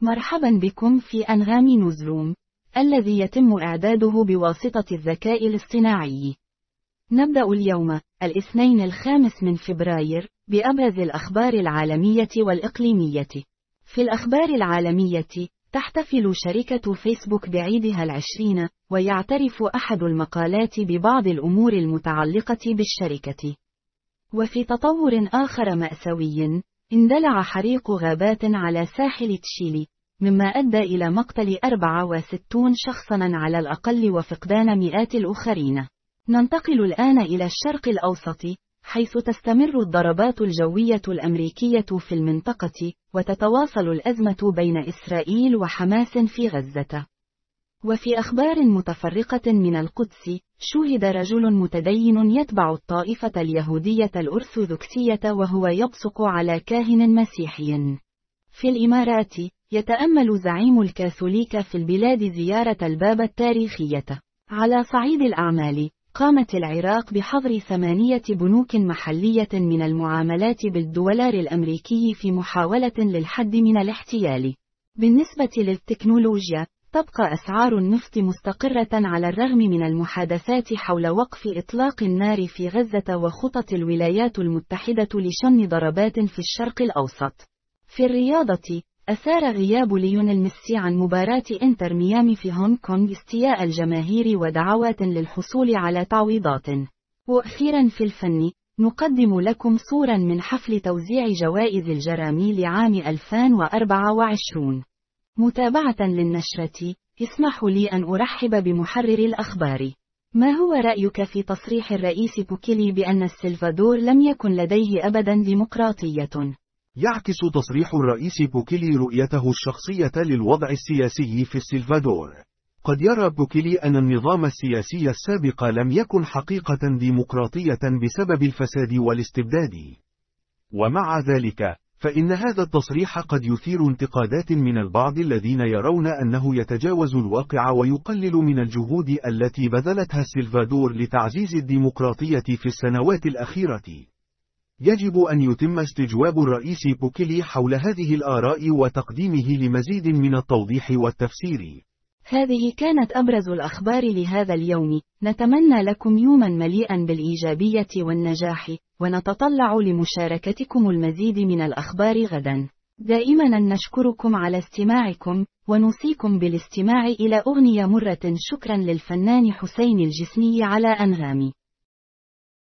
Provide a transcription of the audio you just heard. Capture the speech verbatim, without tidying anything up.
مرحبا بكم في أنغام نيوزروم، الذي يتم إعداده بواسطة الذكاء الاصطناعي. نبدأ اليوم، الاثنين الخامس من فبراير، بأبرز الأخبار العالمية والإقليمية. في الأخبار العالمية، تحتفل شركة فيسبوك بعيدها العشرين، ويعترف أحد المقالات ببعض الأمور المتعلقة بالشركة. وفي تطور آخر مأساوي، اندلع حريق غابات على ساحل تشيلي، مما أدى إلى مقتل أربعة وستين شخصاً على الأقل وفقدان مئات الآخرين. ننتقل الآن إلى الشرق الأوسط، حيث تستمر الضربات الجوية الأمريكية في المنطقة، وتتواصل الأزمة بين إسرائيل وحماس في غزة. وفي أخبار متفرقة من القدس، شوهد رجل متدين يتبع الطائفة اليهودية الأرثوذكسية وهو يبصق على كاهن مسيحي. في الإمارات، يتأمل زعيم الكاثوليك في البلاد زيارة الباب التاريخية. على صعيد الأعمال، قامت العراق بحظر ثمانية بنوك محلية من المعاملات بالدولار الأمريكي في محاولة للحد من الاحتيال. بالنسبة للتكنولوجيا، تبقى أسعار النفط مستقرة على الرغم من المحادثات حول وقف إطلاق النار في غزة وخطط الولايات المتحدة لشن ضربات في الشرق الأوسط. في الرياضة، أثار غياب ليونيل ميسي عن مباراة إنتر ميامي في هونغ كونغ استياء الجماهير ودعوات للحصول على تعويضات. وأخيرا في الفن، نقدم لكم صورا من حفل توزيع جوائز الجرامي لعام ألفين وأربعة وعشرين. متابعة للنشرة، اسمحوا لي أن أرحب بمحرر الأخبار. ما هو رأيك في تصريح الرئيس بوكيلي بأن السلفادور لم يكن لديه أبدا ديمقراطية؟ يعكس تصريح الرئيس بوكيلي رؤيته الشخصية للوضع السياسي في السلفادور. قد يرى بوكيلي أن النظام السياسي السابق لم يكن حقيقة ديمقراطية بسبب الفساد والاستبداد. ومع ذلك، فإن هذا التصريح قد يثير انتقادات من البعض الذين يرون أنه يتجاوز الواقع ويقلل من الجهود التي بذلتها السلفادور لتعزيز الديمقراطية في السنوات الأخيرة. يجب أن يتم استجواب الرئيس بوكيلي حول هذه الآراء وتقديمه لمزيد من التوضيح والتفسير. هذه كانت أبرز الأخبار لهذا اليوم. نتمنى لكم يوما مليئا بالإيجابية والنجاح، ونتطلع لمشاركتكم المزيد من الأخبار غدا. دائما نشكركم على استماعكم، ونوصيكم بالاستماع إلى أغنية مرة. شكرا للفنان حسين الجسمي على أنغامي.